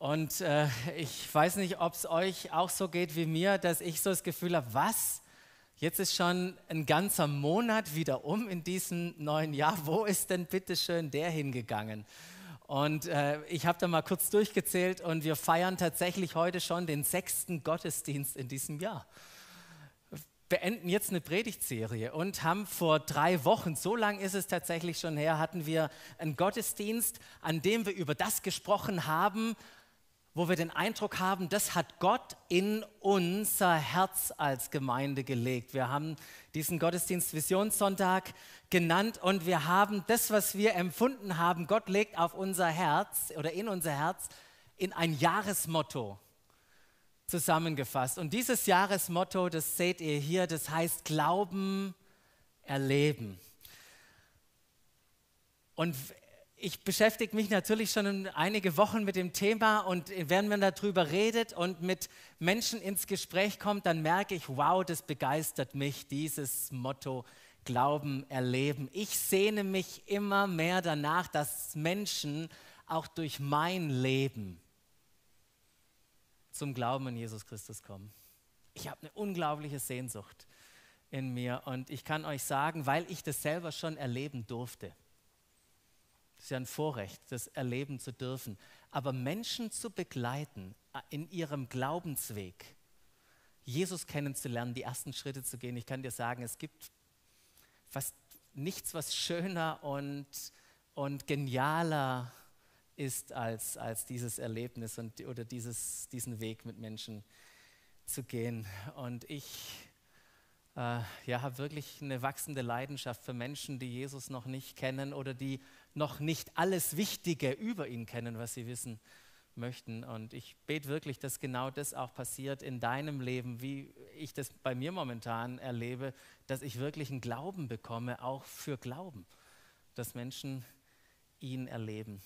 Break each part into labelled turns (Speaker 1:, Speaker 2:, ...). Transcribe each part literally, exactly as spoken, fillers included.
Speaker 1: Und äh, ich weiß nicht, ob es euch auch so geht wie mir, dass ich so das Gefühl habe, was? Jetzt ist schon ein ganzer Monat wieder um in diesem neuen Jahr. Wo ist denn bitte schön der hingegangen? Und äh, ich habe da mal kurz durchgezählt und wir feiern tatsächlich heute schon den sechsten Gottesdienst in diesem Jahr. Beenden jetzt eine Predigtserie und haben vor drei Wochen, so lang ist es tatsächlich schon her, hatten wir einen Gottesdienst, an dem wir über das gesprochen haben, wo wir den Eindruck haben, das hat Gott in unser Herz als Gemeinde gelegt. Wir haben diesen Gottesdienst Visionssonntag genannt und wir haben das, was wir empfunden haben, Gott legt auf unser Herz oder in unser Herz, in ein Jahresmotto zusammengefasst. Und dieses Jahresmotto, das seht ihr hier, das heißt Glauben, Erleben. Und ich beschäftige mich natürlich schon einige Wochen mit dem Thema und wenn man darüber redet und mit Menschen ins Gespräch kommt, dann merke ich, wow, das begeistert mich, dieses Motto Glauben, Erleben. Ich sehne mich immer mehr danach, dass Menschen auch durch mein Leben zum Glauben an Jesus Christus kommen. Ich habe eine unglaubliche Sehnsucht in mir und ich kann euch sagen, weil ich das selber schon erleben durfte. Es ist ja ein Vorrecht, das erleben zu dürfen. Aber Menschen zu begleiten in ihrem Glaubensweg, Jesus kennenzulernen, die ersten Schritte zu gehen. Ich kann dir sagen, es gibt fast nichts, was schöner und, und genialer ist, als, als dieses Erlebnis und, oder dieses, diesen Weg mit Menschen zu gehen. Und ich äh, ja, habe wirklich eine wachsende Leidenschaft für Menschen, die Jesus noch nicht kennen oder die noch nicht alles Wichtige über ihn kennen, was sie wissen möchten. Und ich bete wirklich, dass genau das auch passiert in deinem Leben, wie ich das bei mir momentan erlebe, dass ich wirklich einen Glauben bekomme, auch für Glauben, dass Menschen ihn erleben.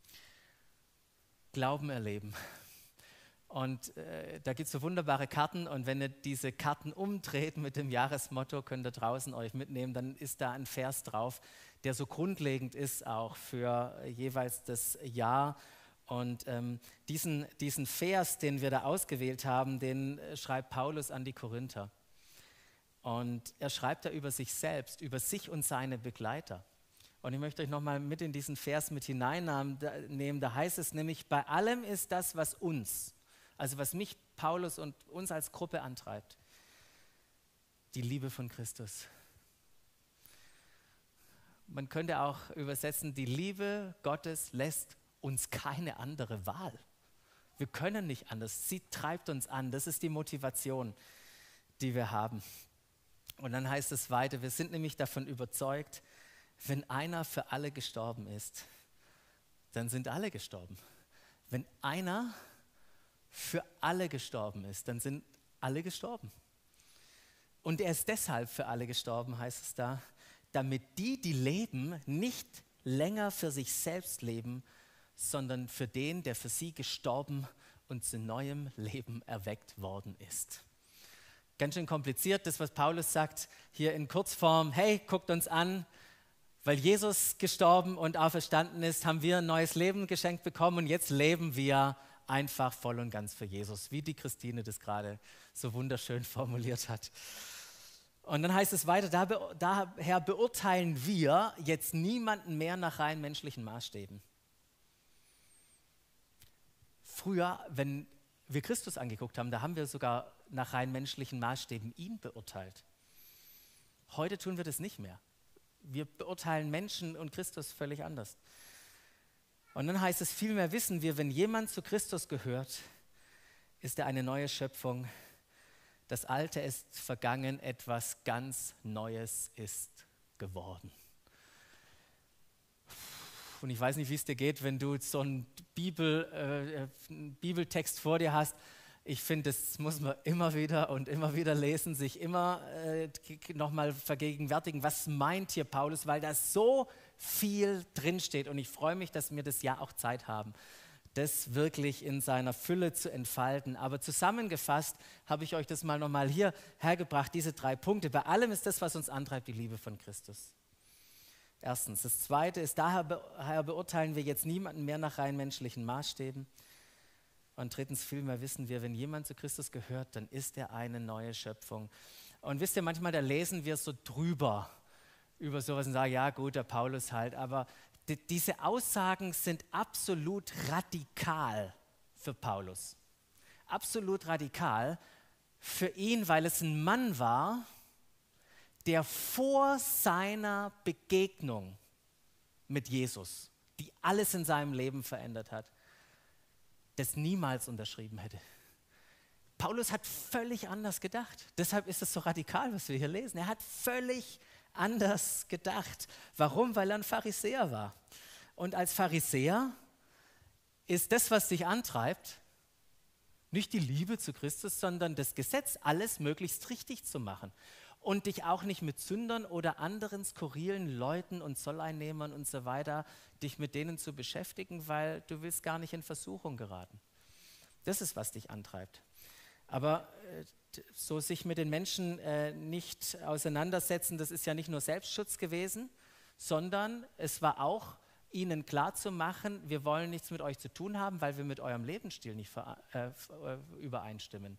Speaker 1: Glauben erleben. Und äh, da gibt es so wunderbare Karten und wenn ihr diese Karten umdreht mit dem Jahresmotto, könnt ihr draußen euch mitnehmen, dann ist da ein Vers drauf, der so grundlegend ist auch für jeweils das Jahr. Und ähm, diesen, diesen Vers, den wir da ausgewählt haben, den äh, schreibt Paulus an die Korinther. Und er schreibt da über sich selbst, über sich und seine Begleiter. Und ich möchte euch nochmal mit in diesen Vers mit hineinnehmen. Da heißt es nämlich, bei allem ist das, was uns, also was mich, Paulus und uns als Gruppe antreibt, die Liebe von Christus. Man könnte auch übersetzen, die Liebe Gottes lässt uns keine andere Wahl. Wir können nicht anders. Sie treibt uns an. Das ist die Motivation, die wir haben. Und dann heißt es weiter, wir sind nämlich davon überzeugt, wenn einer für alle gestorben ist, dann sind alle gestorben. Wenn einer für alle gestorben ist, dann sind alle gestorben. Und er ist deshalb für alle gestorben, heißt es da, damit die, die leben, nicht länger für sich selbst leben, sondern für den, der für sie gestorben und zu neuem Leben erweckt worden ist. Ganz schön kompliziert, das, was Paulus sagt, hier in Kurzform, hey, guckt uns an, weil Jesus gestorben und auferstanden ist, haben wir ein neues Leben geschenkt bekommen und jetzt leben wir einfach voll und ganz für Jesus, wie die Christine das gerade so wunderschön formuliert hat. Und dann heißt es weiter, daher beurteilen wir jetzt niemanden mehr nach rein menschlichen Maßstäben. Früher, wenn wir Christus angeguckt haben, da haben wir sogar nach rein menschlichen Maßstäben ihn beurteilt. Heute tun wir das nicht mehr. Wir beurteilen Menschen und Christus völlig anders. Und dann heißt es, vielmehr wissen wir, wenn jemand zu Christus gehört, ist er eine neue Schöpfung. Das Alte ist vergangen, etwas ganz Neues ist geworden. Und ich weiß nicht, wie es dir geht, wenn du so einen Bibel, äh, einen Bibeltext vor dir hast. Ich finde, das muss man immer wieder und immer wieder lesen, sich immer äh, nochmal vergegenwärtigen, was meint hier Paulus, weil da so viel drinsteht. Und ich freue mich, dass wir das Jahr auch Zeit haben, das wirklich in seiner Fülle zu entfalten. Aber zusammengefasst habe ich euch das mal nochmal hier hergebracht, diese drei Punkte. Bei allem ist das, was uns antreibt, die Liebe von Christus. Erstens. Das Zweite ist, daher beurteilen wir jetzt niemanden mehr nach rein menschlichen Maßstäben. Und drittens, vielmehr wissen wir, wenn jemand zu Christus gehört, dann ist er eine neue Schöpfung. Und wisst ihr, manchmal da lesen wir so drüber über sowas und sagen, ja gut, der Paulus halt, aber die, diese Aussagen sind absolut radikal für Paulus. Absolut radikal für ihn, weil es ein Mann war, der vor seiner Begegnung mit Jesus, die alles in seinem Leben verändert hat, das niemals unterschrieben hätte. Paulus hat völlig anders gedacht. Deshalb ist es so radikal, was wir hier lesen. Er hat völlig anders gedacht. Warum? Weil er ein Pharisäer war. Und als Pharisäer ist das, was dich antreibt, nicht die Liebe zu Christus, sondern das Gesetz, alles möglichst richtig zu machen. Und dich auch nicht mit Sündern oder anderen skurrilen Leuten und Zolleinnehmern und so weiter, dich mit denen zu beschäftigen, weil du willst gar nicht in Versuchung geraten. Das ist, was dich antreibt. Aber äh, so sich mit den Menschen äh, nicht auseinandersetzen, das ist ja nicht nur Selbstschutz gewesen, sondern es war auch, ihnen klarzumachen, wir wollen nichts mit euch zu tun haben, weil wir mit eurem Lebensstil nicht ver- äh, übereinstimmen.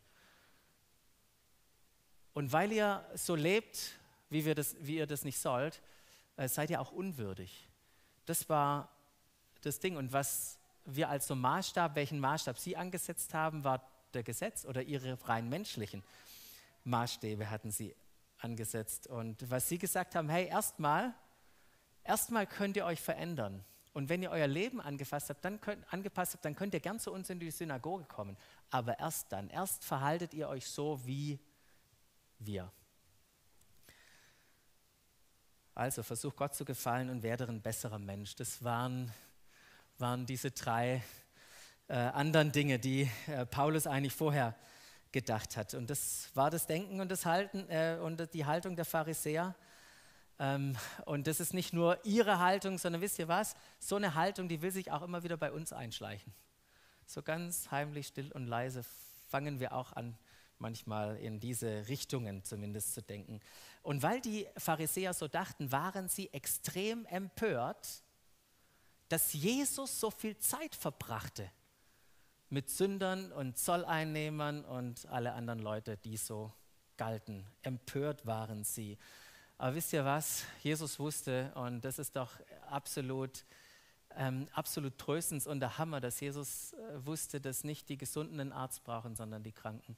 Speaker 1: Und weil ihr so lebt, wie, wir das, wie ihr das nicht sollt, äh, seid ihr auch unwürdig. Das war das Ding. Und was wir als so Maßstab, welchen Maßstab sie angesetzt haben, war der Gesetz oder ihre rein menschlichen Maßstäbe hatten sie angesetzt. Und was sie gesagt haben, hey, erstmal, erstmal könnt ihr euch verändern. Und wenn ihr euer Leben angefasst habt, dann könnt, angepasst habt, dann könnt ihr gern zu uns in die Synagoge kommen. Aber erst dann, erst verhaltet ihr euch so wie wir. Also versuch Gott zu gefallen und werde ein besserer Mensch. Das waren, waren diese drei äh, anderen Dinge, die äh, Paulus eigentlich vorher gedacht hat. Und das war das Denken und das Halten äh, und die Haltung der Pharisäer. Ähm, und das ist nicht nur ihre Haltung, sondern wisst ihr was? So eine Haltung, die will sich auch immer wieder bei uns einschleichen. So ganz heimlich, still und leise fangen wir auch an, manchmal in diese Richtungen zumindest zu denken. Und weil die Pharisäer so dachten, waren sie extrem empört, dass Jesus so viel Zeit verbrachte mit Sündern und Zolleinnehmern und alle anderen Leute, die so galten. Empört waren sie. Aber wisst ihr was? Jesus wusste, und das ist doch absolut, ähm, absolut tröstend und der Hammer, dass Jesus äh, wusste, dass nicht die Gesunden einen Arzt brauchen, sondern die Kranken.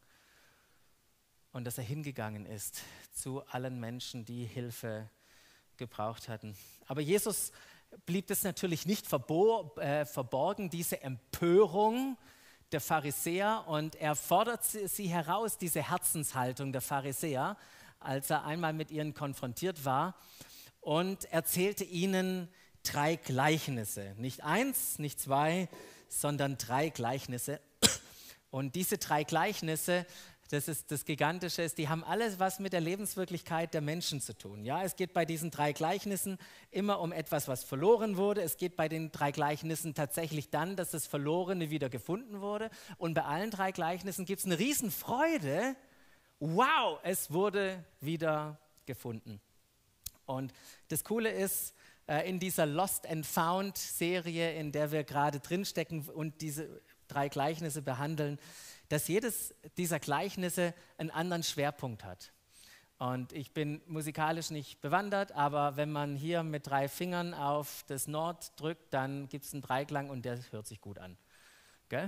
Speaker 1: Und dass er hingegangen ist zu allen Menschen, die Hilfe gebraucht hatten. Aber Jesus blieb das natürlich nicht verbo- äh, verborgen, diese Empörung der Pharisäer. Und er fordert sie, sie heraus, diese Herzenshaltung der Pharisäer, als er einmal mit ihnen konfrontiert war und erzählte ihnen drei Gleichnisse. Nicht eins, nicht zwei, sondern drei Gleichnisse. Und diese drei Gleichnisse, das ist das Gigantische, ist, die haben alles was mit der Lebenswirklichkeit der Menschen zu tun. Ja, es geht bei diesen drei Gleichnissen immer um etwas, was verloren wurde. Es geht bei den drei Gleichnissen tatsächlich dann, dass das Verlorene wieder gefunden wurde. Und bei allen drei Gleichnissen gibt es eine Riesenfreude. Wow, es wurde wieder gefunden. Und das Coole ist, in dieser Lost and Found Serie, in der wir gerade drinstecken und diese drei Gleichnisse behandeln, dass jedes dieser Gleichnisse einen anderen Schwerpunkt hat. Und ich bin musikalisch nicht bewandert, aber wenn man hier mit drei Fingern auf das Nord drückt, dann gibt es einen Dreiklang und der hört sich gut an. Gell?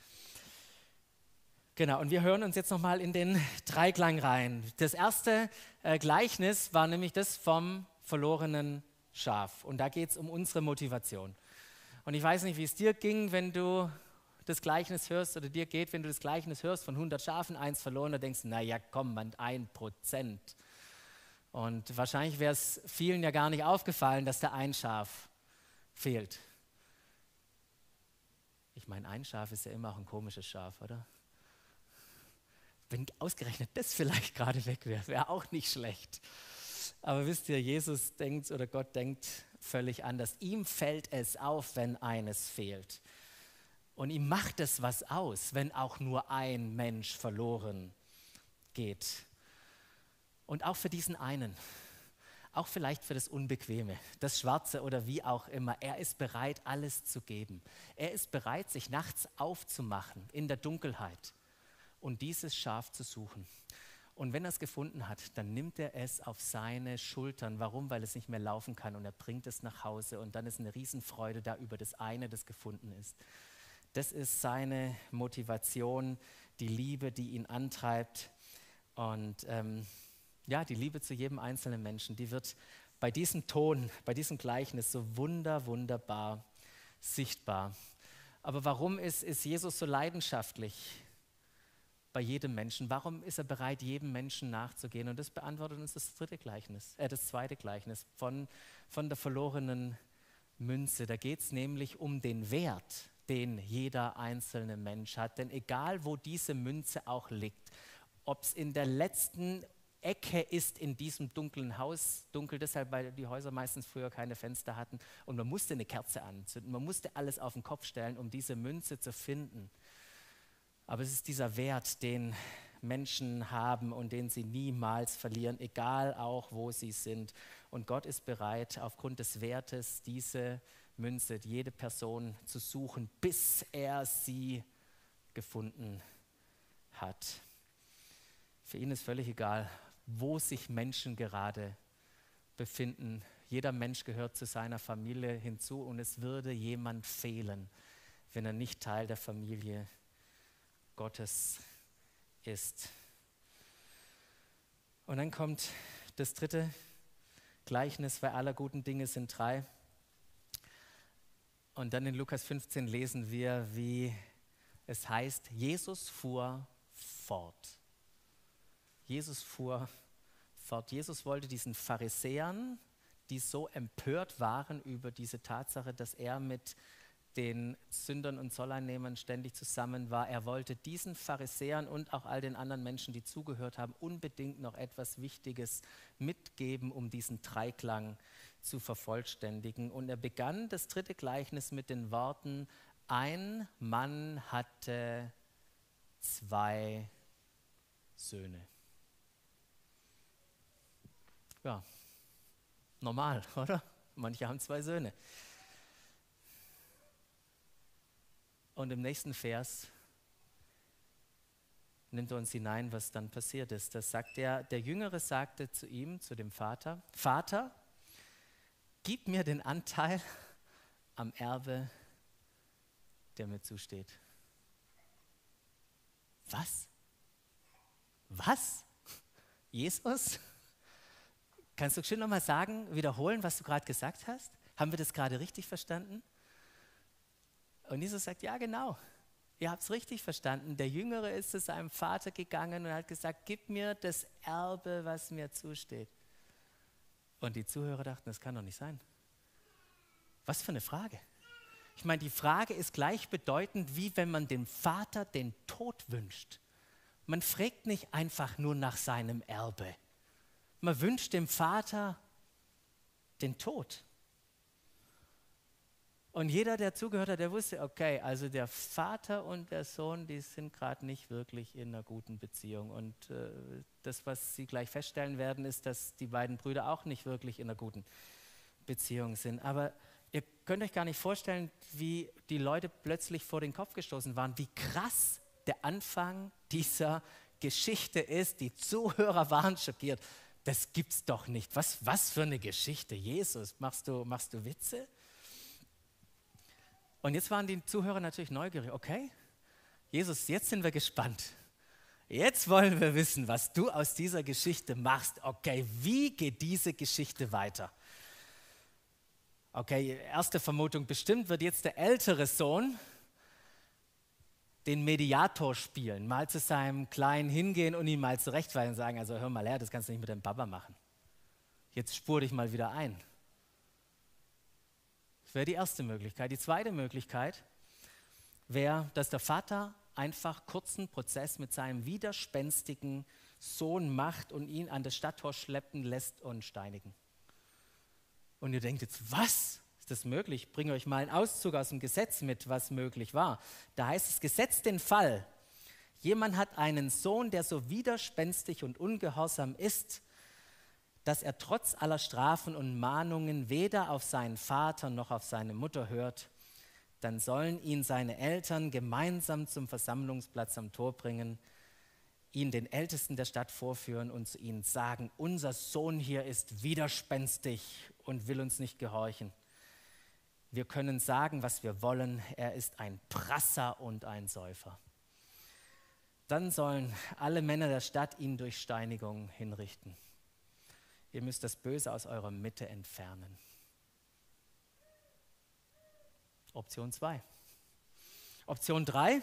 Speaker 1: Genau, und wir hören uns jetzt nochmal in den Dreiklang rein. Das erste äh, Gleichnis war nämlich das vom verlorenen Schaf. Und da geht es um unsere Motivation. Und ich weiß nicht, wie es dir ging, wenn du das Gleichnis hörst oder dir geht, wenn du das Gleichnis hörst von hundert Schafen, eins verloren, da denkst du, naja, komm, man, ein Prozent. Und wahrscheinlich wäre es vielen ja gar nicht aufgefallen, dass da ein Schaf fehlt. Ich meine, ein Schaf ist ja immer auch ein komisches Schaf, oder? Wenn ausgerechnet das vielleicht gerade weg wäre, wäre auch nicht schlecht. Aber wisst ihr, Jesus denkt oder Gott denkt völlig anders. Ihm fällt es auf, wenn eines fehlt. Und ihm macht es was aus, wenn auch nur ein Mensch verloren geht. Und auch für diesen einen. auch vielleicht für das Unbequeme, das Schwarze oder wie auch immer. Er ist bereit, alles zu geben. Er ist bereit, sich nachts aufzumachen in der Dunkelheit und dieses Schaf zu suchen. Und wenn er es gefunden hat, dann nimmt er es auf seine Schultern. Warum? Weil es nicht mehr laufen kann und er bringt es nach Hause und dann ist eine Riesenfreude da über das eine, das gefunden ist. Das ist seine Motivation, die Liebe, die ihn antreibt und ähm, ja, die Liebe zu jedem einzelnen Menschen, die wird bei diesem Ton, bei diesem Gleichnis so wunder, wunderbar sichtbar. Aber warum ist, ist Jesus so leidenschaftlich bei jedem Menschen? Warum ist er bereit, jedem Menschen nachzugehen? Und das beantwortet uns das dritte Gleichnis, äh, das zweite Gleichnis von, von der verlorenen Münze. Da geht es nämlich um den Wert, den jeder einzelne Mensch hat. Denn egal, wo diese Münze auch liegt, ob es in der letzten Ecke ist in diesem dunklen Haus, dunkel deshalb, weil die Häuser meistens früher keine Fenster hatten und man musste eine Kerze anzünden, man musste alles auf den Kopf stellen, um diese Münze zu finden. Aber es ist dieser Wert, den Menschen haben und den sie niemals verlieren, egal auch, wo sie sind. Und Gott ist bereit, aufgrund des Wertes diese Münze, jede Person zu suchen, bis er sie gefunden hat. Für ihn ist völlig egal, wo sich Menschen gerade befinden. Jeder Mensch gehört zu seiner Familie hinzu und es würde jemand fehlen, wenn er nicht Teil der Familie Gottes ist. Und dann kommt das dritte Gleichnis, weil aller guten Dinge sind drei. Und dann in Lukas fünfzehn lesen wir, wie es heißt, Jesus fuhr fort. Jesus fuhr fort. Jesus wollte diesen Pharisäern, die so empört waren über diese Tatsache, dass er mit den Sündern und Zolleinnehmern ständig zusammen war, er wollte diesen Pharisäern und auch all den anderen Menschen, die zugehört haben, unbedingt noch etwas Wichtiges mitgeben, um diesen Dreiklang zu vervollständigen. Und er begann das dritte Gleichnis mit den Worten, ein Mann hatte zwei Söhne. Ja, normal, oder? Manche haben zwei Söhne. Und im nächsten Vers nimmt er uns hinein, was dann passiert ist. Das sagt er, der Jüngere sagte zu ihm, zu dem Vater, Vater, gib mir den Anteil am Erbe, der mir zusteht. Was? Was? Jesus? Kannst du schön nochmal sagen, wiederholen, was du gerade gesagt hast? Haben wir das gerade richtig verstanden? Und Jesus sagt, ja genau, ihr habt es richtig verstanden. Der Jüngere ist zu seinem Vater gegangen und hat gesagt, gib mir das Erbe, was mir zusteht. Und die Zuhörer dachten, das kann doch nicht sein. Was für eine Frage. Ich meine, die Frage ist gleichbedeutend, wie wenn man dem Vater den Tod wünscht. Man fragt nicht einfach nur nach seinem Erbe. Man wünscht dem Vater den Tod. Und jeder, der zugehört hat, der wusste, okay, also der Vater und der Sohn, die sind gerade nicht wirklich in einer guten Beziehung. Und äh, das, was sie gleich feststellen werden, ist, dass die beiden Brüder auch nicht wirklich in einer guten Beziehung sind. Aber ihr könnt euch gar nicht vorstellen, wie die Leute plötzlich vor den Kopf gestoßen waren, wie krass der Anfang dieser Geschichte ist. Die Zuhörer waren schockiert. Das gibt's doch nicht. Was, was für eine Geschichte, Jesus, machst du, machst du Witze? Und jetzt waren die Zuhörer natürlich neugierig. Okay, Jesus, jetzt sind wir gespannt. Jetzt wollen wir wissen, was du aus dieser Geschichte machst. Okay, wie geht diese Geschichte weiter? Okay, erste Vermutung, bestimmt wird jetzt der ältere Sohn den Mediator spielen, mal zu seinem Kleinen hingehen und ihn mal zurechtweisen und sagen, also hör mal her, das kannst du nicht mit deinem Papa machen. Jetzt spur dich mal wieder ein. Das wäre die erste Möglichkeit. Die zweite Möglichkeit wäre, dass der Vater einfach kurzen Prozess mit seinem widerspenstigen Sohn macht und ihn an das Stadttor schleppen lässt und steinigen. Und ihr denkt jetzt, was? Ist das möglich? Ich bringe euch mal einen Auszug aus dem Gesetz mit, was möglich war. Da heißt es, Gesetz den Fall. Jemand hat einen Sohn, der so widerspenstig und ungehorsam ist, dass er trotz aller Strafen und Mahnungen weder auf seinen Vater noch auf seine Mutter hört, dann sollen ihn seine Eltern gemeinsam zum Versammlungsplatz am Tor bringen, ihn den Ältesten der Stadt vorführen und zu ihnen sagen, unser Sohn hier ist widerspenstig und will uns nicht gehorchen. Wir können sagen, was wir wollen, er ist ein Prasser und ein Säufer. Dann sollen alle Männer der Stadt ihn durch Steinigung hinrichten. Ihr müsst das Böse aus eurer Mitte entfernen. Option zwei. Option drei.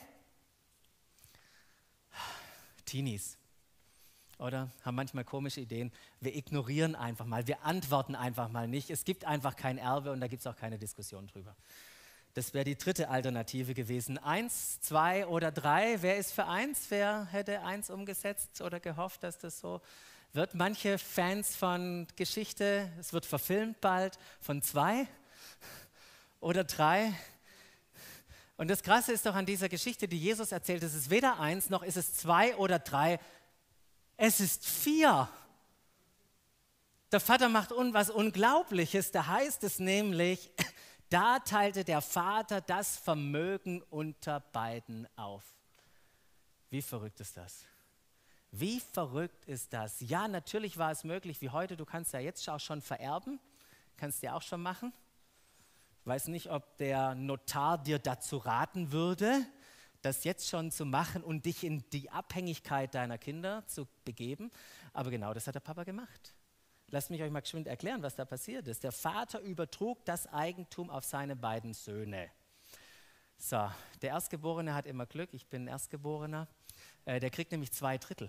Speaker 1: Teenies, oder? Haben manchmal komische Ideen. Wir ignorieren einfach mal, wir antworten einfach mal nicht. Es gibt einfach kein Erbe und da gibt es auch keine Diskussion drüber. Das wäre die dritte Alternative gewesen. Eins, zwei oder drei. Wer ist für eins? Wer hätte eins umgesetzt oder gehofft, dass das so wird? Manche Fans von Geschichte, es wird verfilmt bald, von zwei oder drei. Und das Krasse ist doch an dieser Geschichte, die Jesus erzählt, es ist weder eins, noch ist es zwei oder drei, es ist vier. Der Vater macht un was Unglaubliches, da heißt es nämlich, da teilte der Vater das Vermögen unter beiden auf. Wie verrückt ist das? Wie verrückt ist das? Ja, natürlich war es möglich, wie heute, du kannst ja jetzt auch schon vererben, kannst du ja auch schon machen. Ich weiß nicht, ob der Notar dir dazu raten würde, das jetzt schon zu machen und dich in die Abhängigkeit deiner Kinder zu begeben. Aber genau das hat der Papa gemacht. Lasst mich euch mal geschwind erklären, was da passiert ist. Der Vater übertrug das Eigentum auf seine beiden Söhne. So, der Erstgeborene hat immer Glück, ich bin Erstgeborener. Äh, der kriegt nämlich zwei Drittel.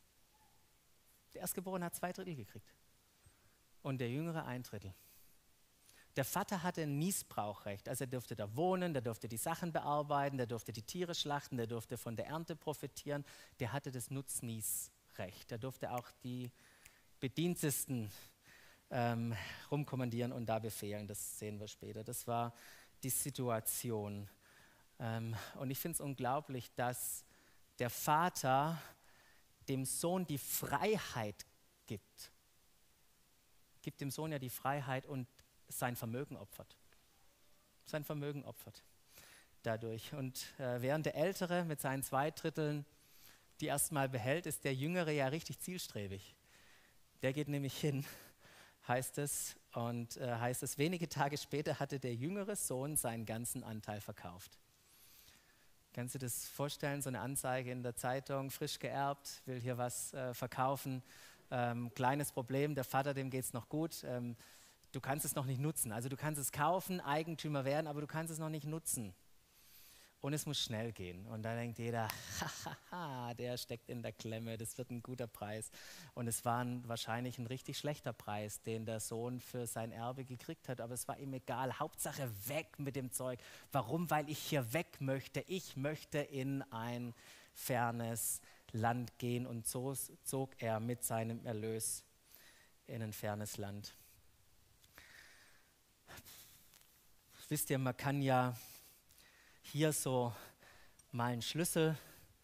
Speaker 1: Der Erstgeborene hat zwei Drittel gekriegt. Und der Jüngere ein Drittel. Der Vater hatte ein Nießbrauchrecht, also er durfte da wohnen, der durfte die Sachen bearbeiten, der durfte die Tiere schlachten, der durfte von der Ernte profitieren, der hatte das Nutznießrecht, der durfte auch die Bedienstesten ähm, rumkommandieren und da befehlen, das sehen wir später. Das war die Situation. Ähm, und ich finde es unglaublich, dass der Vater dem Sohn die Freiheit gibt. Gibt dem Sohn ja die Freiheit und sein Vermögen opfert. Sein Vermögen opfert dadurch. Und äh, während der Ältere mit seinen zwei Dritteln die erstmal behält, ist der Jüngere ja richtig zielstrebig. Der geht nämlich hin, heißt es, und äh, heißt es, wenige Tage später hatte der jüngere Sohn seinen ganzen Anteil verkauft. Kannst du dir das vorstellen, so eine Anzeige in der Zeitung, frisch geerbt, will hier was äh, verkaufen, ähm, kleines Problem, der Vater, dem geht es noch gut, ähm, du kannst es noch nicht nutzen. Also du kannst es kaufen, Eigentümer werden, aber du kannst es noch nicht nutzen. Und es muss schnell gehen. Und da denkt jeder, hahaha, der steckt in der Klemme, das wird ein guter Preis. Und es war ein, wahrscheinlich ein richtig schlechter Preis, den der Sohn für sein Erbe gekriegt hat. Aber es war ihm egal, Hauptsache weg mit dem Zeug. Warum? Weil ich hier weg möchte. Ich möchte in ein fernes Land gehen. Und so zog er mit seinem Erlös in ein fernes Land. Wisst ihr, man kann ja hier so mal einen Schlüssel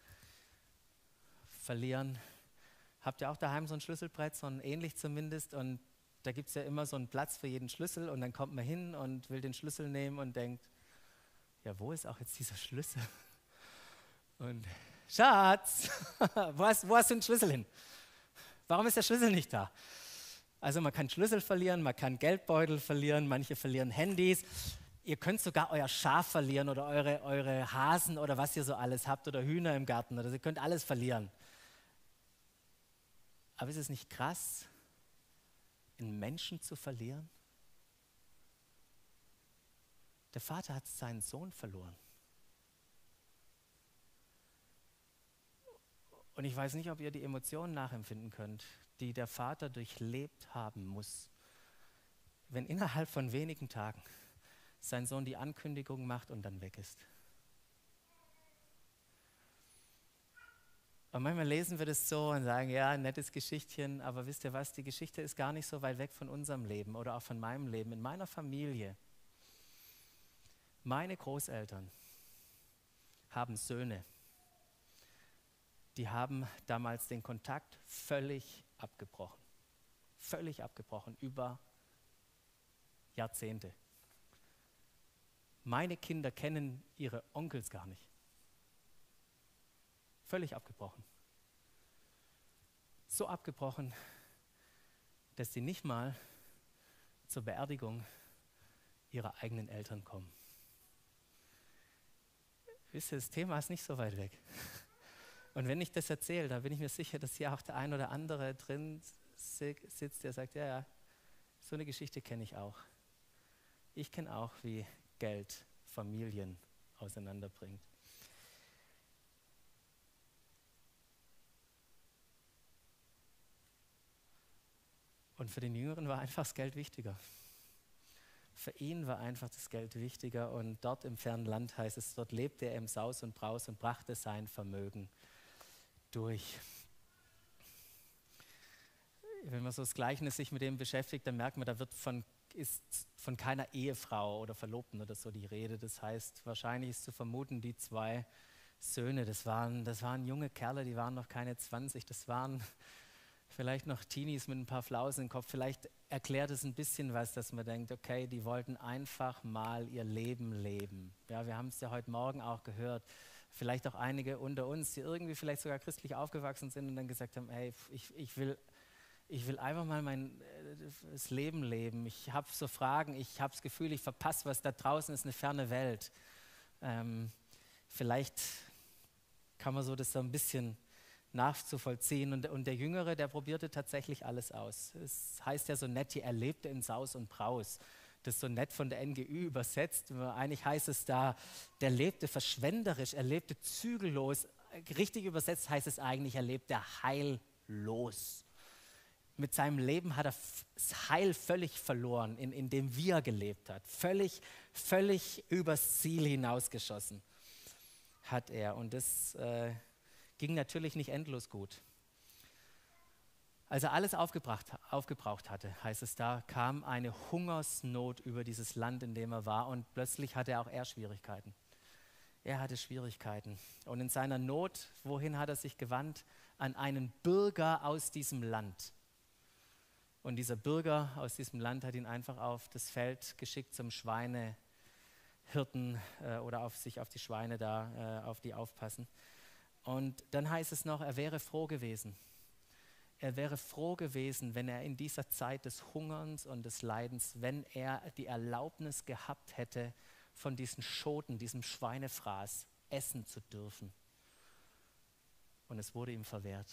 Speaker 1: verlieren. Habt ihr auch daheim so ein Schlüsselbrett, so ein ähnlich zumindest? Und da gibt es ja immer so einen Platz für jeden Schlüssel und dann kommt man hin und will den Schlüssel nehmen und denkt, ja, wo ist auch jetzt dieser Schlüssel? Und Schatz, wo hast, wo hast du den Schlüssel hin? Warum ist der Schlüssel nicht da? Also man kann Schlüssel verlieren, man kann Geldbeutel verlieren, manche verlieren Handys. Ihr könnt sogar euer Schaf verlieren oder eure, eure Hasen oder was ihr so alles habt oder Hühner im Garten. Oder ihr könnt alles verlieren. Aber ist es nicht krass, einen Menschen zu verlieren? Der Vater hat seinen Sohn verloren. Und ich weiß nicht, ob ihr die Emotionen nachempfinden könnt, die der Vater durchlebt haben muss, wenn innerhalb von wenigen Tagen sein Sohn die Ankündigung macht und dann weg ist. Und manchmal lesen wir das so und sagen, ja, ein nettes Geschichtchen, aber wisst ihr was, die Geschichte ist gar nicht so weit weg von unserem Leben oder auch von meinem Leben. In meiner Familie, meine Großeltern haben Söhne, die haben damals den Kontakt völlig abgebrochen. völlig abgebrochen, über Jahrzehnte. Meine Kinder kennen ihre Onkels gar nicht. Völlig abgebrochen. So abgebrochen, dass sie nicht mal zur Beerdigung ihrer eigenen Eltern kommen. Wisst ihr, das Thema ist nicht so weit weg. Und wenn ich das erzähle, dann bin ich mir sicher, dass hier auch der ein oder andere drin sitzt, der sagt, ja, ja, so eine Geschichte kenne ich auch. Ich kenne auch, wie Geld Familien auseinanderbringt. Und für den Jüngeren war einfach das Geld wichtiger. Für ihn war einfach das Geld wichtiger und dort im fernen Land heißt es, dort lebte er im Saus und Braus und brachte sein Vermögen durch. Wenn man so das Gleichnis sich mit dem beschäftigt, dann merkt man, da wird von, ist von keiner Ehefrau oder Verlobten oder so die Rede. Das heißt, wahrscheinlich ist zu vermuten, die zwei Söhne, das waren, das waren junge Kerle, die waren noch keine zwanzig, das waren vielleicht noch Teenies mit ein paar Flausen im Kopf. Vielleicht erklärt es ein bisschen was, dass man denkt, okay, die wollten einfach mal ihr Leben leben. Ja, wir haben es ja heute Morgen auch gehört. Vielleicht auch einige unter uns, die irgendwie vielleicht sogar christlich aufgewachsen sind und dann gesagt haben, hey, ich, ich, will, ich will einfach mal mein das Leben leben. Ich habe so Fragen, ich habe das Gefühl, ich verpasse was. Da draußen ist eine ferne Welt. Ähm, vielleicht kann man so das so ein bisschen nachzuvollziehen. Und, und der Jüngere, der probierte tatsächlich alles aus. Es heißt ja so nett, er lebte in Saus und Braus. Das ist so nett von der N G Ü übersetzt. Eigentlich heißt es da, der lebte verschwenderisch, er lebte zügellos. Richtig übersetzt heißt es eigentlich, er lebte heillos. Mit seinem Leben hat er das Heil völlig verloren, in, in dem wie er gelebt hat. Völlig, völlig übers Ziel hinausgeschossen hat er. Und das äh, ging natürlich nicht endlos gut. Als er alles aufgebracht, aufgebraucht hatte, heißt es da, kam eine Hungersnot über dieses Land, in dem er war, und plötzlich hatte auch er Schwierigkeiten. Er hatte Schwierigkeiten. Und in seiner Not, wohin hat er sich gewandt? An einen Bürger aus diesem Land. Und dieser Bürger aus diesem Land hat ihn einfach auf das Feld geschickt zum Schweinehirten äh, oder auf sich auf die Schweine da, äh, auf die aufpassen. Und dann heißt es noch, er wäre froh gewesen. Er wäre froh gewesen, wenn er in dieser Zeit des Hungerns und des Leidens, wenn er die Erlaubnis gehabt hätte, von diesen Schoten, diesem Schweinefraß essen zu dürfen. Und es wurde ihm verwehrt.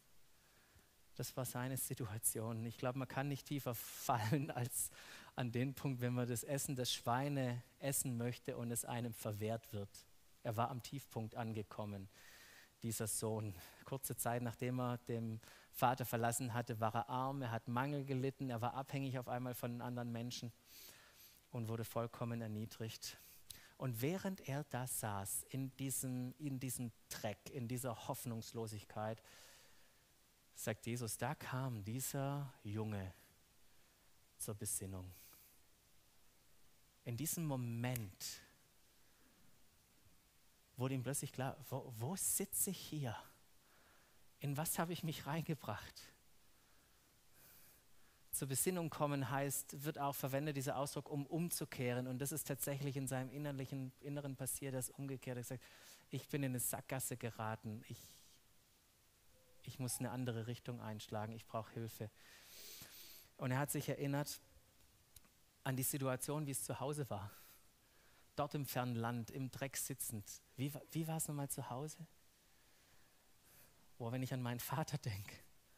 Speaker 1: Das war seine Situation. Ich glaube, man kann nicht tiefer fallen als an den Punkt, wenn man das Essen des Schweine essen möchte und es einem verwehrt wird. Er war am Tiefpunkt angekommen, dieser Sohn. Kurze Zeit nachdem er den Vater verlassen hatte, war er arm, er hat Mangel gelitten, er war abhängig auf einmal von anderen Menschen und wurde vollkommen erniedrigt. Und während er da saß, in diesem, in diesem Dreck, in dieser Hoffnungslosigkeit, sagt Jesus, da kam dieser Junge zur Besinnung. In diesem Moment wurde ihm plötzlich klar, wo, wo sitze ich hier? In was habe ich mich reingebracht? Zur Besinnung kommen heißt, wird auch verwendet, dieser Ausdruck, um umzukehren. Und das ist tatsächlich in seinem innerlichen Inneren passiert, er ist umgekehrt. Er hat gesagt, ich bin in eine Sackgasse geraten, ich Ich muss eine andere Richtung einschlagen, ich brauche Hilfe. Und er hat sich erinnert an die Situation, wie es zu Hause war. Dort im fernen Land, im Dreck sitzend. Wie, wie war es nochmal zu Hause? Boah, wenn ich an meinen Vater denke.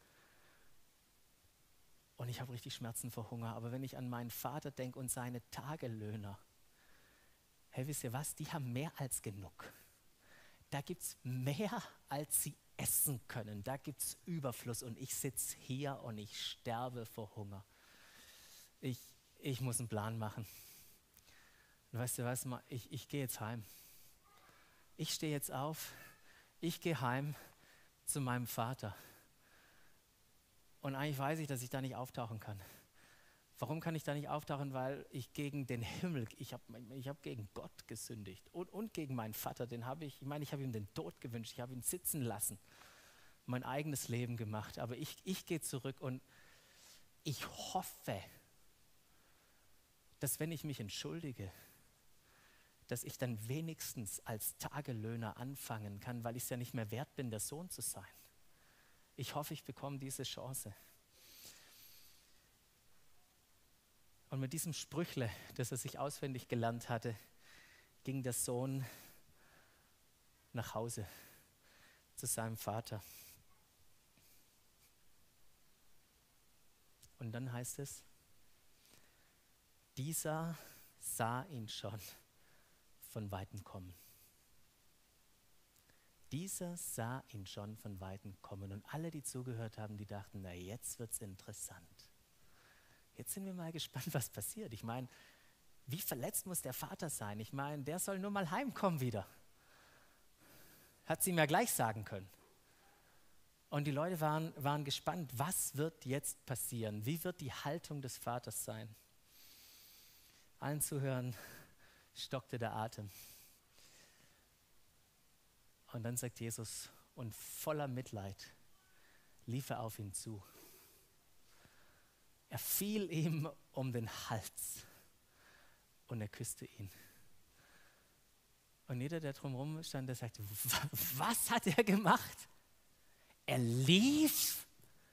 Speaker 1: Und ich habe richtig Schmerzen vor Hunger. Aber wenn ich an meinen Vater denke und seine Tagelöhner. Hey, wisst ihr was? Die haben mehr als genug. Da gibt es mehr, als sie essen können. Da gibt es Überfluss und ich sitze hier und ich sterbe vor Hunger. Ich, ich muss einen Plan machen. Und weißt du was, ich, ich gehe jetzt heim. Ich stehe jetzt auf, ich gehe heim zu meinem Vater. Und eigentlich weiß ich, dass ich da nicht auftauchen kann. Warum kann ich da nicht auftauchen? Weil ich gegen den Himmel, ich habe ich hab gegen Gott gesündigt und, und gegen meinen Vater, den habe ich, ich meine, ich habe ihm den Tod gewünscht, ich habe ihn sitzen lassen, mein eigenes Leben gemacht, aber ich, ich gehe zurück und ich hoffe, dass wenn ich mich entschuldige, dass ich dann wenigstens als Tagelöhner anfangen kann, weil ich es ja nicht mehr wert bin, der Sohn zu sein. Ich hoffe, ich bekomme diese Chance. Und mit diesem Sprüchle, das er sich auswendig gelernt hatte, ging der Sohn nach Hause zu seinem Vater. Und dann heißt es, dieser sah ihn schon von Weitem kommen. Dieser sah ihn schon von Weitem kommen. Und alle, die zugehört haben, die dachten, na jetzt wird's interessant. Jetzt sind wir mal gespannt, was passiert. Ich meine, wie verletzt muss der Vater sein? Ich meine, der soll nur mal heimkommen wieder. Hat sie ihm ja gleich sagen können. Und die Leute waren, waren gespannt, was wird jetzt passieren? Wie wird die Haltung des Vaters sein? Allen Zuhörern stockte der Atem. Und dann sagt Jesus, und voller Mitleid lief er auf ihn zu. Er fiel ihm um den Hals und er küsste ihn. Und jeder, der drumherum stand, der sagte, was hat er gemacht? Er lief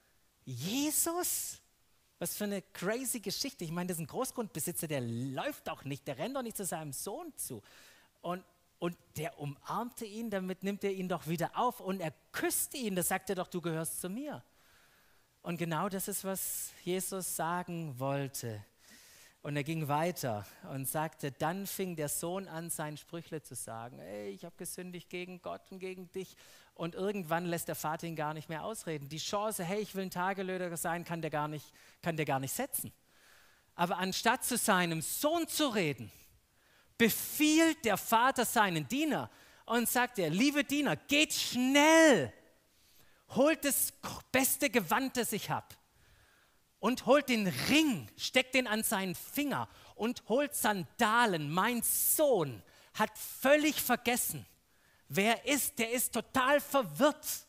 Speaker 1: Jesus? Was für eine crazy Geschichte. Ich meine, das ist ein Großgrundbesitzer, der läuft doch nicht, der rennt doch nicht zu seinem Sohn zu. Und, und der umarmte ihn, damit nimmt er ihn doch wieder auf und er küsste ihn, da sagt er doch, du gehörst zu mir. Und genau das ist, was Jesus sagen wollte. Und er ging weiter und sagte, dann fing der Sohn an, sein Sprüchle zu sagen. Ey, ich habe gesündigt gegen Gott und gegen dich. Und irgendwann lässt der Vater ihn gar nicht mehr ausreden. Die Chance, hey, ich will ein Tagelöhner sein, kann der gar nicht, kann der gar nicht setzen. Aber anstatt zu seinem Sohn zu reden, befiehlt der Vater seinen Diener und sagt er, liebe Diener, geht schnell, holt das beste Gewand, das ich habe. Und holt den Ring, steckt den an seinen Finger und holt Sandalen. Mein Sohn hat völlig vergessen, wer er ist. Der ist total verwirrt.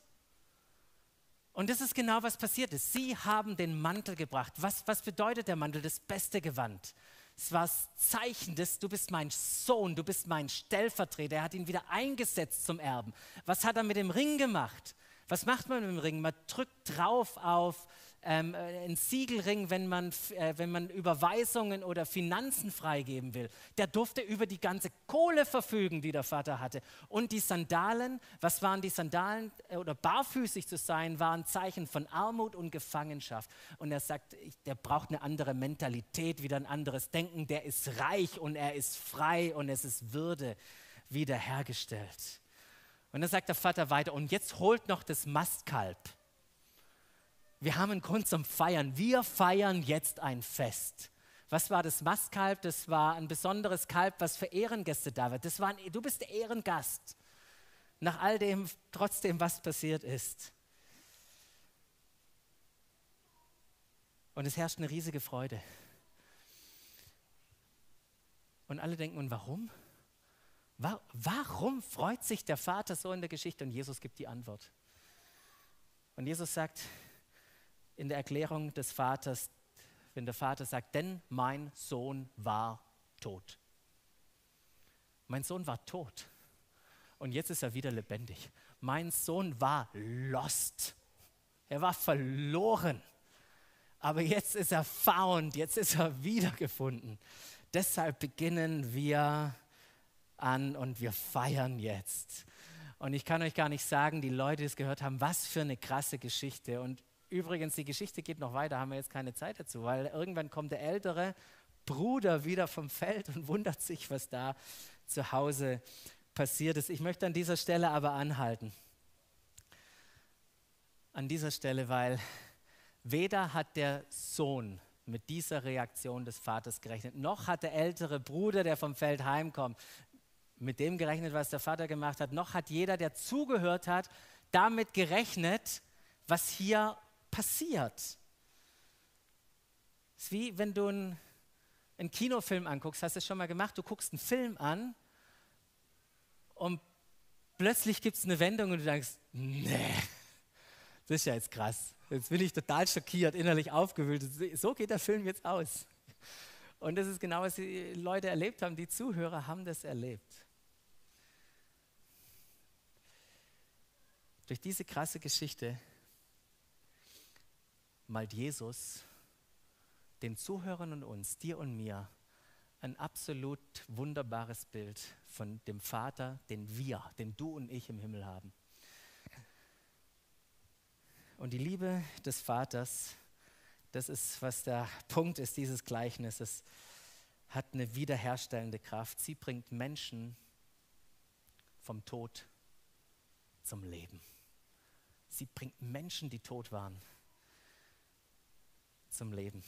Speaker 1: Und das ist genau, was passiert ist. Sie haben den Mantel gebracht. Was, was bedeutet der Mantel? Das beste Gewand. Es war das Zeichen des, du bist mein Sohn, du bist mein Stellvertreter. Er hat ihn wieder eingesetzt zum Erben. Was hat er mit dem Ring gemacht? Was macht man mit dem Ring? Man drückt drauf auf ähm, einen Siegelring, wenn man, äh, wenn man Überweisungen oder Finanzen freigeben will. Der durfte über die ganze Kohle verfügen, die der Vater hatte. Und die Sandalen, was waren die Sandalen? Oder barfüßig zu sein, war ein Zeichen von Armut und Gefangenschaft. Und er sagt, der braucht eine andere Mentalität, wieder ein anderes Denken. Der ist reich und er ist frei und es ist Würde wiederhergestellt. Und dann sagt der Vater weiter, und jetzt holt noch das Mastkalb. Wir haben einen Grund zum Feiern. Wir feiern jetzt ein Fest. Was war das Mastkalb? Das war ein besonderes Kalb, was für Ehrengäste da war. Das war ein, du bist der Ehrengast. Nach all dem, trotzdem, was passiert ist. Und es herrscht eine riesige Freude. Und alle denken, und warum? Warum freut sich der Vater so in der Geschichte? Und Jesus gibt die Antwort. Und Jesus sagt in der Erklärung des Vaters, wenn der Vater sagt, denn mein Sohn war tot. Mein Sohn war tot. Und jetzt ist er wieder lebendig. Mein Sohn war lost. Er war verloren. Aber jetzt ist er found. Jetzt ist er wiedergefunden. Deshalb beginnen wir an und wir feiern jetzt. Und ich kann euch gar nicht sagen, die Leute, die es gehört haben, was für eine krasse Geschichte. Und übrigens, die Geschichte geht noch weiter, haben wir jetzt keine Zeit dazu, weil irgendwann kommt der ältere Bruder wieder vom Feld und wundert sich, was da zu Hause passiert ist. Ich möchte an dieser Stelle aber anhalten. An dieser Stelle, weil weder hat der Sohn mit dieser Reaktion des Vaters gerechnet, noch hat der ältere Bruder, der vom Feld heimkommt, mit dem gerechnet, was der Vater gemacht hat, noch hat jeder, der zugehört hat, damit gerechnet, was hier passiert. Es ist wie wenn du einen, einen Kinofilm anguckst, hast du es schon mal gemacht, du guckst einen Film an und plötzlich gibt es eine Wendung und du denkst, nee, Das ist ja jetzt krass. Jetzt bin ich total schockiert, innerlich aufgewühlt. So geht der Film jetzt aus. Und das ist genau, was die Leute erlebt haben. Die Zuhörer haben das erlebt. Durch diese krasse Geschichte malt Jesus den Zuhörern und uns, dir und mir, ein absolut wunderbares Bild von dem Vater, den wir, den du und ich im Himmel haben. Und die Liebe des Vaters, das ist, was der Punkt ist dieses Gleichnisses, hat eine wiederherstellende Kraft. Sie bringt Menschen vom Tod zum Leben. Sie bringt Menschen, die tot waren, zum Leben.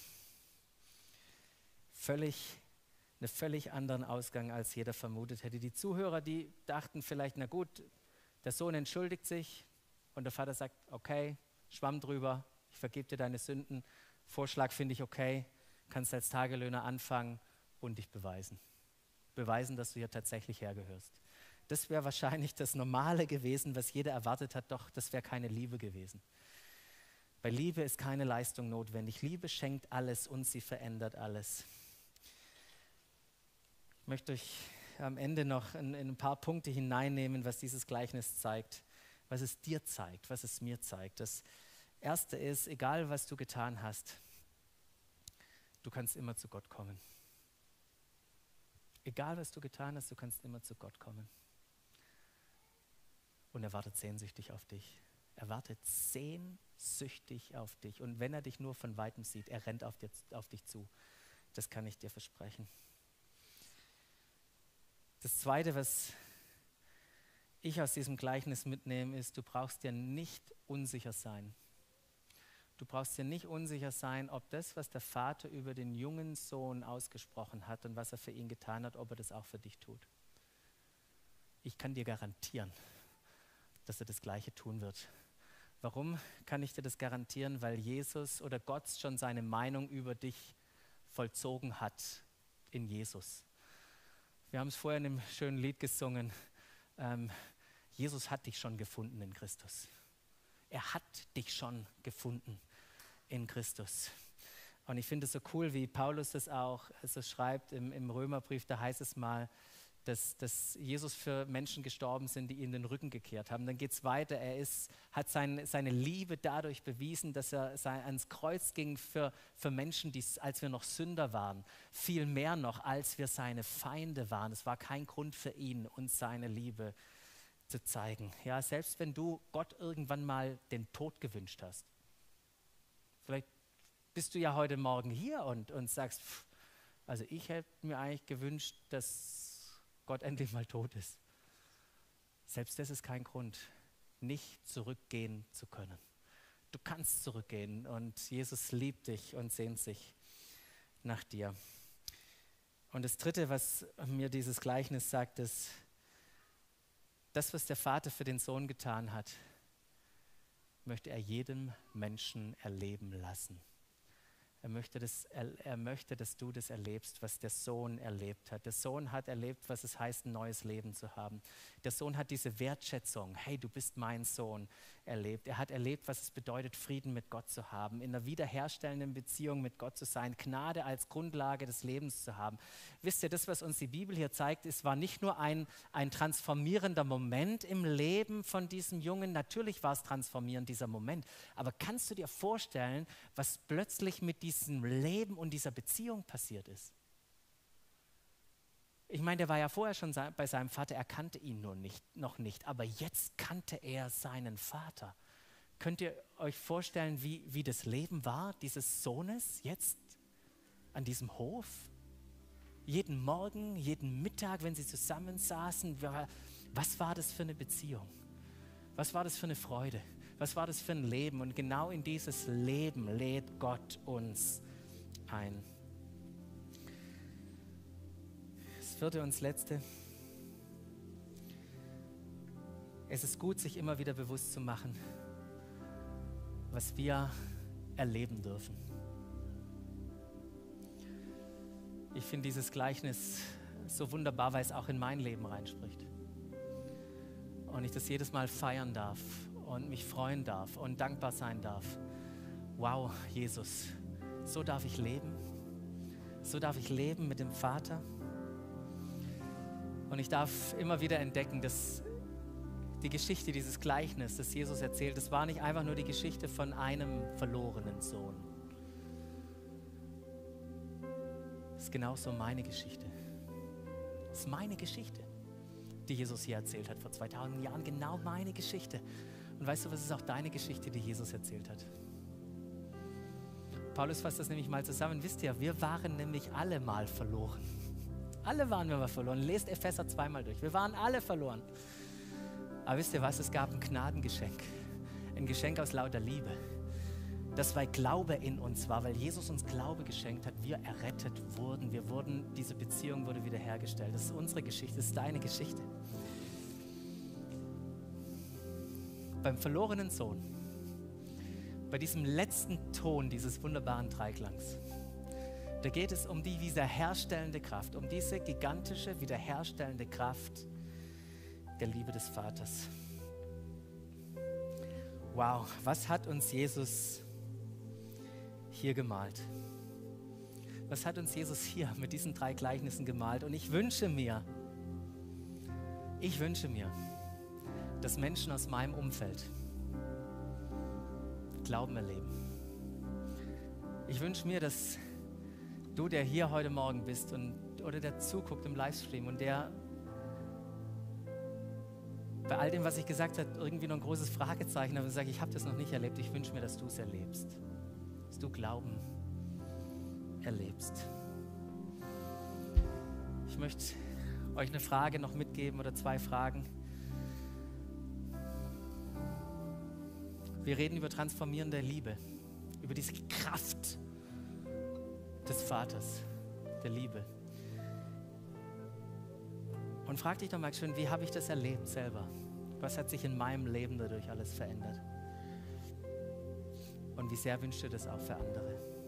Speaker 1: Völlig, einen völlig anderen Ausgang, als jeder vermutet hätte. Die Zuhörer, die dachten vielleicht, na gut, der Sohn entschuldigt sich und der Vater sagt, okay, Schwamm drüber, ich vergebe dir deine Sünden, Vorschlag finde ich okay, kannst als Tagelöhner anfangen und dich beweisen. Beweisen, dass du hier tatsächlich hergehörst. Das wäre wahrscheinlich das Normale gewesen, was jeder erwartet hat, doch das wäre keine Liebe gewesen. Bei Liebe ist keine Leistung notwendig. Liebe schenkt alles und sie verändert alles. Ich möchte euch am Ende noch in, in ein paar Punkte hineinnehmen, was dieses Gleichnis zeigt, was es dir zeigt, was es mir zeigt. Das Erste ist, egal was du getan hast, du kannst immer zu Gott kommen. Egal was du getan hast, du kannst immer zu Gott kommen. Und er wartet sehnsüchtig auf dich. Er wartet sehnsüchtig auf dich. Und wenn er dich nur von Weitem sieht, er rennt auf, dir, auf dich zu. Das kann ich dir versprechen. Das Zweite, was ich aus diesem Gleichnis mitnehme, ist, du brauchst dir nicht unsicher sein. Du brauchst dir nicht unsicher sein, ob das, was der Vater über den jungen Sohn ausgesprochen hat und was er für ihn getan hat, ob er das auch für dich tut. Ich kann dir garantieren, dass er das Gleiche tun wird. Warum kann ich dir das garantieren? Weil Jesus oder Gott schon seine Meinung über dich vollzogen hat in Jesus. Wir haben es vorher in einem schönen Lied gesungen. Ähm, Jesus hat dich schon gefunden in Christus. Er hat dich schon gefunden in Christus. Und ich finde es so cool, wie Paulus das auch so schreibt im, im Römerbrief. Da heißt es mal, dass, dass Jesus für Menschen gestorben sind, die ihm den Rücken gekehrt haben. Dann geht es weiter. Er ist, hat sein, seine Liebe dadurch bewiesen, dass er sein, ans Kreuz ging für, für Menschen, die, als wir noch Sünder waren. Viel mehr noch, als wir seine Feinde waren. Es war kein Grund für ihn, uns seine Liebe zu zeigen. Ja, selbst wenn du Gott irgendwann mal den Tod gewünscht hast. Vielleicht bist du ja heute Morgen hier und, und sagst, pff, also ich hätte mir eigentlich gewünscht, dass Gott endlich mal tot ist. Selbst das ist kein Grund, nicht zurückgehen zu können. Du kannst zurückgehen und Jesus liebt dich und sehnt sich nach dir. Und das Dritte, was mir dieses Gleichnis sagt, ist, das, was der Vater für den Sohn getan hat, möchte er jedem Menschen erleben lassen. Er möchte, das, er, er möchte, dass du das erlebst, was der Sohn erlebt hat. Der Sohn hat erlebt, was es heißt, ein neues Leben zu haben. Der Sohn hat diese Wertschätzung, hey, du bist mein Sohn, erlebt. Er hat erlebt, was es bedeutet, Frieden mit Gott zu haben, in einer wiederherstellenden Beziehung mit Gott zu sein, Gnade als Grundlage des Lebens zu haben. Wisst ihr, das, was uns die Bibel hier zeigt, es war nicht nur ein, ein transformierender Moment im Leben von diesem Jungen. Natürlich war es transformierend, dieser Moment. Aber kannst du dir vorstellen, was plötzlich mit diesem Leben und dieser Beziehung passiert ist? Ich meine, der war ja vorher schon bei seinem Vater, er kannte ihn nur nicht, noch nicht, aber jetzt kannte er seinen Vater. Könnt ihr euch vorstellen, wie, wie das Leben war, dieses Sohnes jetzt an diesem Hof? Jeden Morgen, jeden Mittag, wenn sie zusammensaßen, was war das für eine Beziehung? Was war das für eine Freude? Was war das für ein Leben? Und genau in dieses Leben lädt Gott uns ein. Das vierte und das letzte. Es ist gut, sich immer wieder bewusst zu machen, was wir erleben dürfen. Ich finde dieses Gleichnis so wunderbar, weil es auch in mein Leben reinspricht. Und ich das jedes Mal feiern darf und mich freuen darf und dankbar sein darf. Wow, Jesus, so darf ich leben. So darf ich leben mit dem Vater. Und ich darf immer wieder entdecken, dass die Geschichte, dieses Gleichnis, das Jesus erzählt, das war nicht einfach nur die Geschichte von einem verlorenen Sohn. Das ist genauso meine Geschichte. Das ist meine Geschichte, die Jesus hier erzählt hat vor zweitausend Jahren. Genau meine Geschichte. Und weißt du, was ist auch deine Geschichte, die Jesus erzählt hat? Paulus fasst das nämlich mal zusammen. Wisst ihr, wir waren nämlich alle mal verloren. Alle waren wir mal verloren. Lest Epheser zweimal durch. Wir waren alle verloren. Aber wisst ihr was? Es gab ein Gnadengeschenk. Ein Geschenk aus lauter Liebe. Das, weil Glaube in uns war, weil Jesus uns Glaube geschenkt hat, wir errettet wurden. Wir wurden, diese Beziehung wurde wiederhergestellt. Das ist unsere Geschichte, das ist deine Geschichte. Beim verlorenen Sohn, bei diesem letzten Ton dieses wunderbaren Dreiklangs, da geht es um die wiederherstellende Kraft, um diese gigantische wiederherstellende Kraft der Liebe des Vaters. Wow, was hat uns Jesus hier gemalt? Was hat uns Jesus hier mit diesen drei Gleichnissen gemalt? Und ich wünsche mir, ich wünsche mir, dass Menschen aus meinem Umfeld Glauben erleben. Ich wünsche mir, dass du, der hier heute Morgen bist und, oder der zuguckt im Livestream und der bei all dem, was ich gesagt habe, irgendwie noch ein großes Fragezeichen hat und sagt, ich habe das noch nicht erlebt. Ich wünsche mir, dass du es erlebst. Dass du Glauben erlebst. Ich möchte euch eine Frage noch mitgeben oder zwei Fragen. Wir reden über transformierende Liebe, über diese Kraft des Vaters, der Liebe. Und frag dich doch mal schön, wie habe ich das erlebt selber? Was hat sich in meinem Leben dadurch alles verändert? Und wie sehr wünschst du das auch für andere?